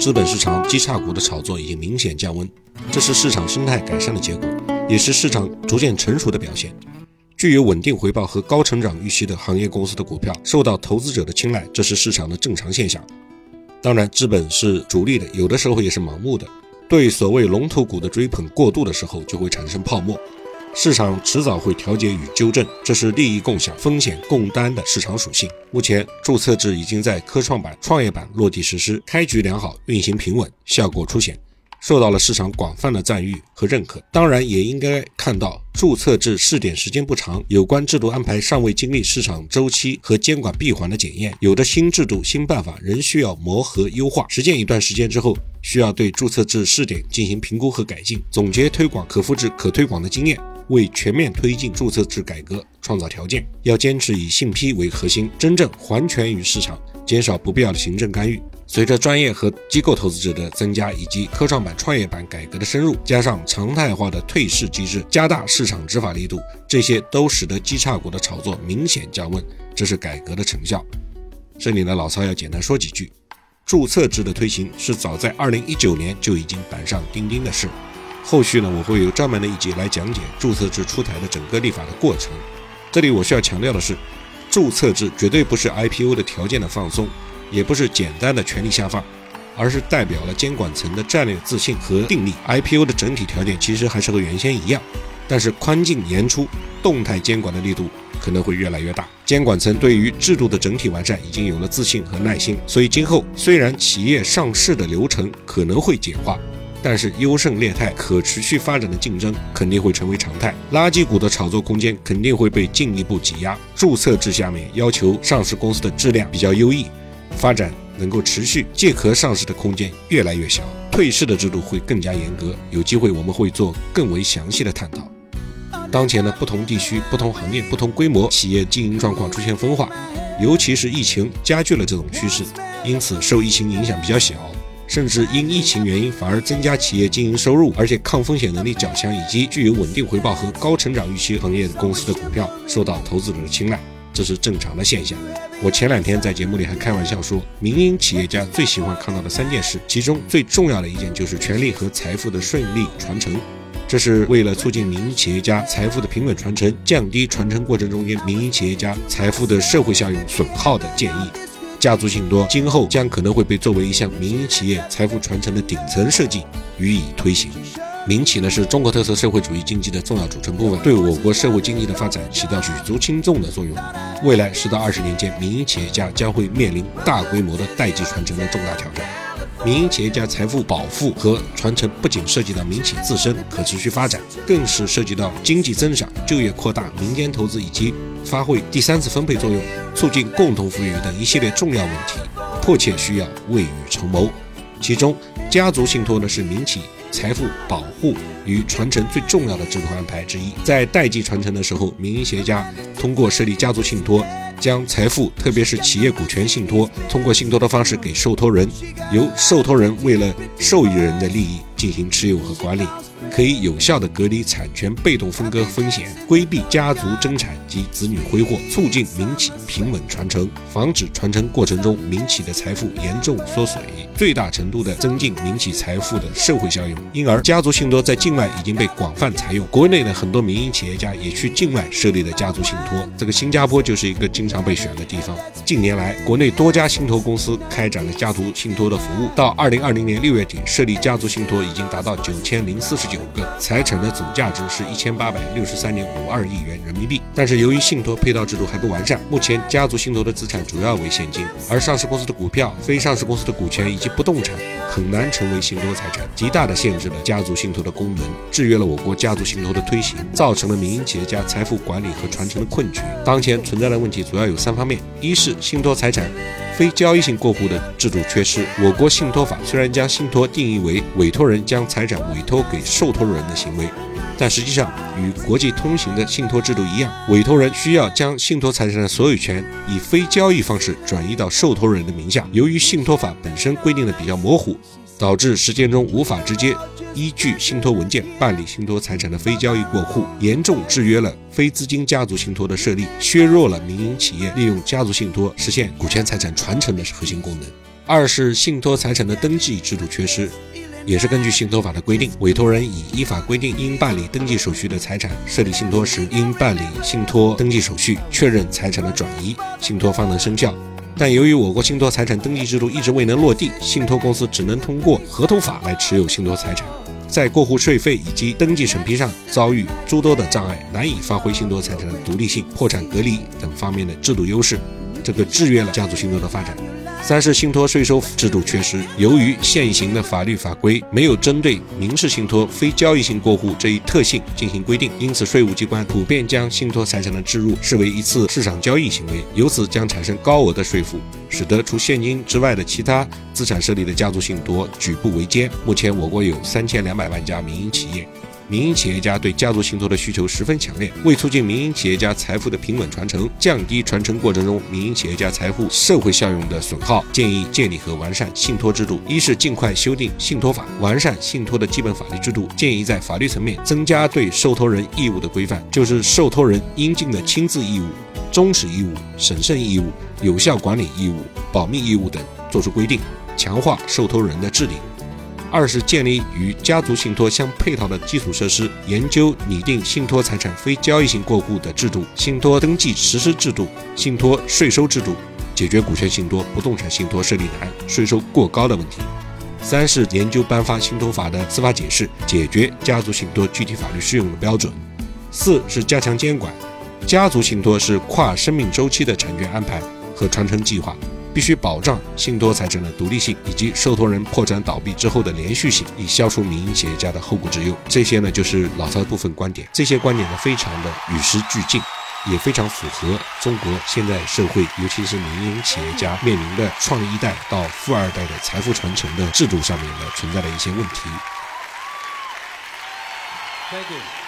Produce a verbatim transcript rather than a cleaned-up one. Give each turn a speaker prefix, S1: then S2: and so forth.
S1: 资本市场基差股的炒作已经明显降温，这是市场生态改善的结果，也是市场逐渐成熟的表现。具有稳定回报和高成长预期的行业公司的股票受到投资者的青睐，这是市场的正常现象。当然，资本是逐利的，有的时候也是盲目的，对所谓龙头股的追捧过度的时候，就会产生泡沫。市场迟早会调节与纠正，这是利益共享、风险共担的市场属性。目前注册制已经在科创板、创业板落地实施，开局良好，运行平稳，效果凸显，受到了市场广泛的赞誉和认可。当然也应该看到，注册制试点时间不长，有关制度安排尚未经历市场周期和监管闭环的检验，有的新制度、新办法仍需要磨合优化，实践一段时间之后，需要对注册制试点进行评估和改进，总结推广可复制、可推广的经验，为全面推进注册制改革创造条件。要坚持以信批为核心，真正还权于市场，减少不必要的行政干预。随着专业和机构投资者的增加，以及科创板、创业板改革的深入，加上常态化的退市机制，加大市场执法力度，这些都使得基差股的炒作明显降温，这是改革的成效。这里呢，老曹要简单说几句。注册制的推行是早在二零一九年就已经板上钉钉的事，后续呢，我会有专门的一集来讲解注册制出台的整个立法的过程。这里我需要强调的是，注册制绝对不是 I P O 的条件的放松，也不是简单的权力下放，而是代表了监管层的战略自信和定力。 I P O 的整体条件其实还是和原先一样，但是宽进严出，动态监管的力度可能会越来越大。监管层对于制度的整体完善已经有了自信和耐心，所以今后虽然企业上市的流程可能会简化，但是优胜劣汰、可持续发展的竞争肯定会成为常态，垃圾股的炒作空间肯定会被进一步挤压。注册制下面要求上市公司的质量比较优异，发展能够持续，借壳上市的空间越来越小，退市的制度会更加严格，有机会我们会做更为详细的探讨。当前呢，不同地区、不同行业、不同规模企业经营状况出现分化，尤其是疫情加剧了这种趋势，因此受疫情影响比较小，甚至因疫情原因反而增加企业经营收入，而且抗风险能力较强以及具有稳定回报和高成长预期行业公司的股票受到投资者的青睐，这是正常的现象。我前两天在节目里还开玩笑说，民营企业家最喜欢看到的三件事，其中最重要的一件就是权力和财富的顺利传承。这是为了促进民营企业家财富的平稳传承，降低传承过程中间民营企业家财富的社会效应损耗的建议。家族信托今后将可能会被作为一项民营企业财富传承的顶层设计予以推行。民企呢，是中国特色社会主义经济的重要组成部分，对我国社会经济的发展起到举足轻重的作用。未来十到二十年间，民营企业家将会面临大规模的代际传承的重大挑战。民营企业家财富保护和传承不仅涉及到民企自身可持续发展，更是涉及到经济增长、就业扩大、民间投资以及发挥第三次分配作用、促进共同富裕等一系列重要问题，迫切需要未雨绸缪。其中，家族信托呢是民企财富保护与传承最重要的制度安排之一。在代际传承的时候，民营企业家通过设立家族信托，将财富，特别是企业股权信托，通过信托的方式给受托人，由受托人为了受益人的利益进行持有和管理，可以有效地隔离产权被动分割风险，规避家族争产及子女挥霍，促进民企平稳传承，防止传承过程中民企的财富严重缩水，最大程度地增进民企财富的社会效应。因而家族信托在境外已经被广泛采用，国内的很多民营企业家也去境外设立了家族信托，这个新加坡就是一个经常被选的地方。近年来，国内多家信托公司开展了家族信托的服务，到二零二零年六月底，设立家族信托已经达到九千零四十九个，财产的总价值是一千八百六十三点五二亿元人民币。但是由于信托配套制度还不完善，目前家族信托的资产主要为现金，而上市公司的股票、非上市公司的股权以及不动产很难成为信托财产，极大地限制了家族信托的功能，制约了我国家族信托的推行，造成了民营企业家财富管理和传承的困局。当前存在的问题主要有三方面：一是信托财产非交易性过户的制度缺失。我国信托法虽然将信托定义为委托人将财产委托给受托人的行为，但实际上与国际通行的信托制度一样，委托人需要将信托财产的所有权以非交易方式转移到受托人的名下。由于信托法本身规定的比较模糊，导致实践中无法直接依据信托文件办理信托财产的非交易过户，严重制约了非资金家族信托的设立，削弱了民营企业利用家族信托实现股权财产传承的核心功能。 二是信托财产的登记制度缺失，也是根据信托法的规定，委托人已依法规定应办理登记手续的财产设立信托时，应办理信托登记手续，确认财产的转移，信托方能生效。但由于我国信托财产登记制度一直未能落地，信托公司只能通过合同法来持有信托财产，在过户税费以及登记审批上遭遇诸多的障碍，难以发挥信托财产的独立性、破产隔离等方面的制度优势，这个制约了家族信托的发展。三是信托税收制度缺失，由于现行的法律法规没有针对民事信托非交易性过户这一特性进行规定，因此税务机关普遍将信托财产的置入视为一次市场交易行为，由此将产生高额的税负，使得除现金之外的其他资产设立的家族信托举步维艰。目前我国有三千两百万家民营企业，民营企业家对家族信托的需求十分强烈，为促进民营企业家财富的平稳传承，降低传承过程中民营企业家财富社会效用的损耗，建议建立和完善信托制度。一是尽快修订信托法，完善信托的基本法律制度，建议在法律层面增加对受托人义务的规范，就是受托人应尽的亲自义务、忠实义务、审慎义务、有效管理义务、保密义务等作出规定，强化受托人的治理。二是建立与家族信托相配套的基础设施，研究拟定信托财产非交易性过户的制度、信托登记实施制度、信托税收制度，解决股权信托、不动产信托设立难、税收过高的问题。三是研究颁发信托法的司法解释，解决家族信托具体法律适用的标准。四是加强监管，家族信托是跨生命周期的产权安排和传承计划，必须保障信托财产的独立性以及受托人破产倒闭之后的连续性，以消除民营企业家的后顾之忧。这些呢就是老曹的部分观点，这些观点呢非常的与时俱进，也非常符合中国现在社会，尤其是民营企业家面临的创一代到富二代的财富传承的制度上面呢存在的一些问题。Thank you.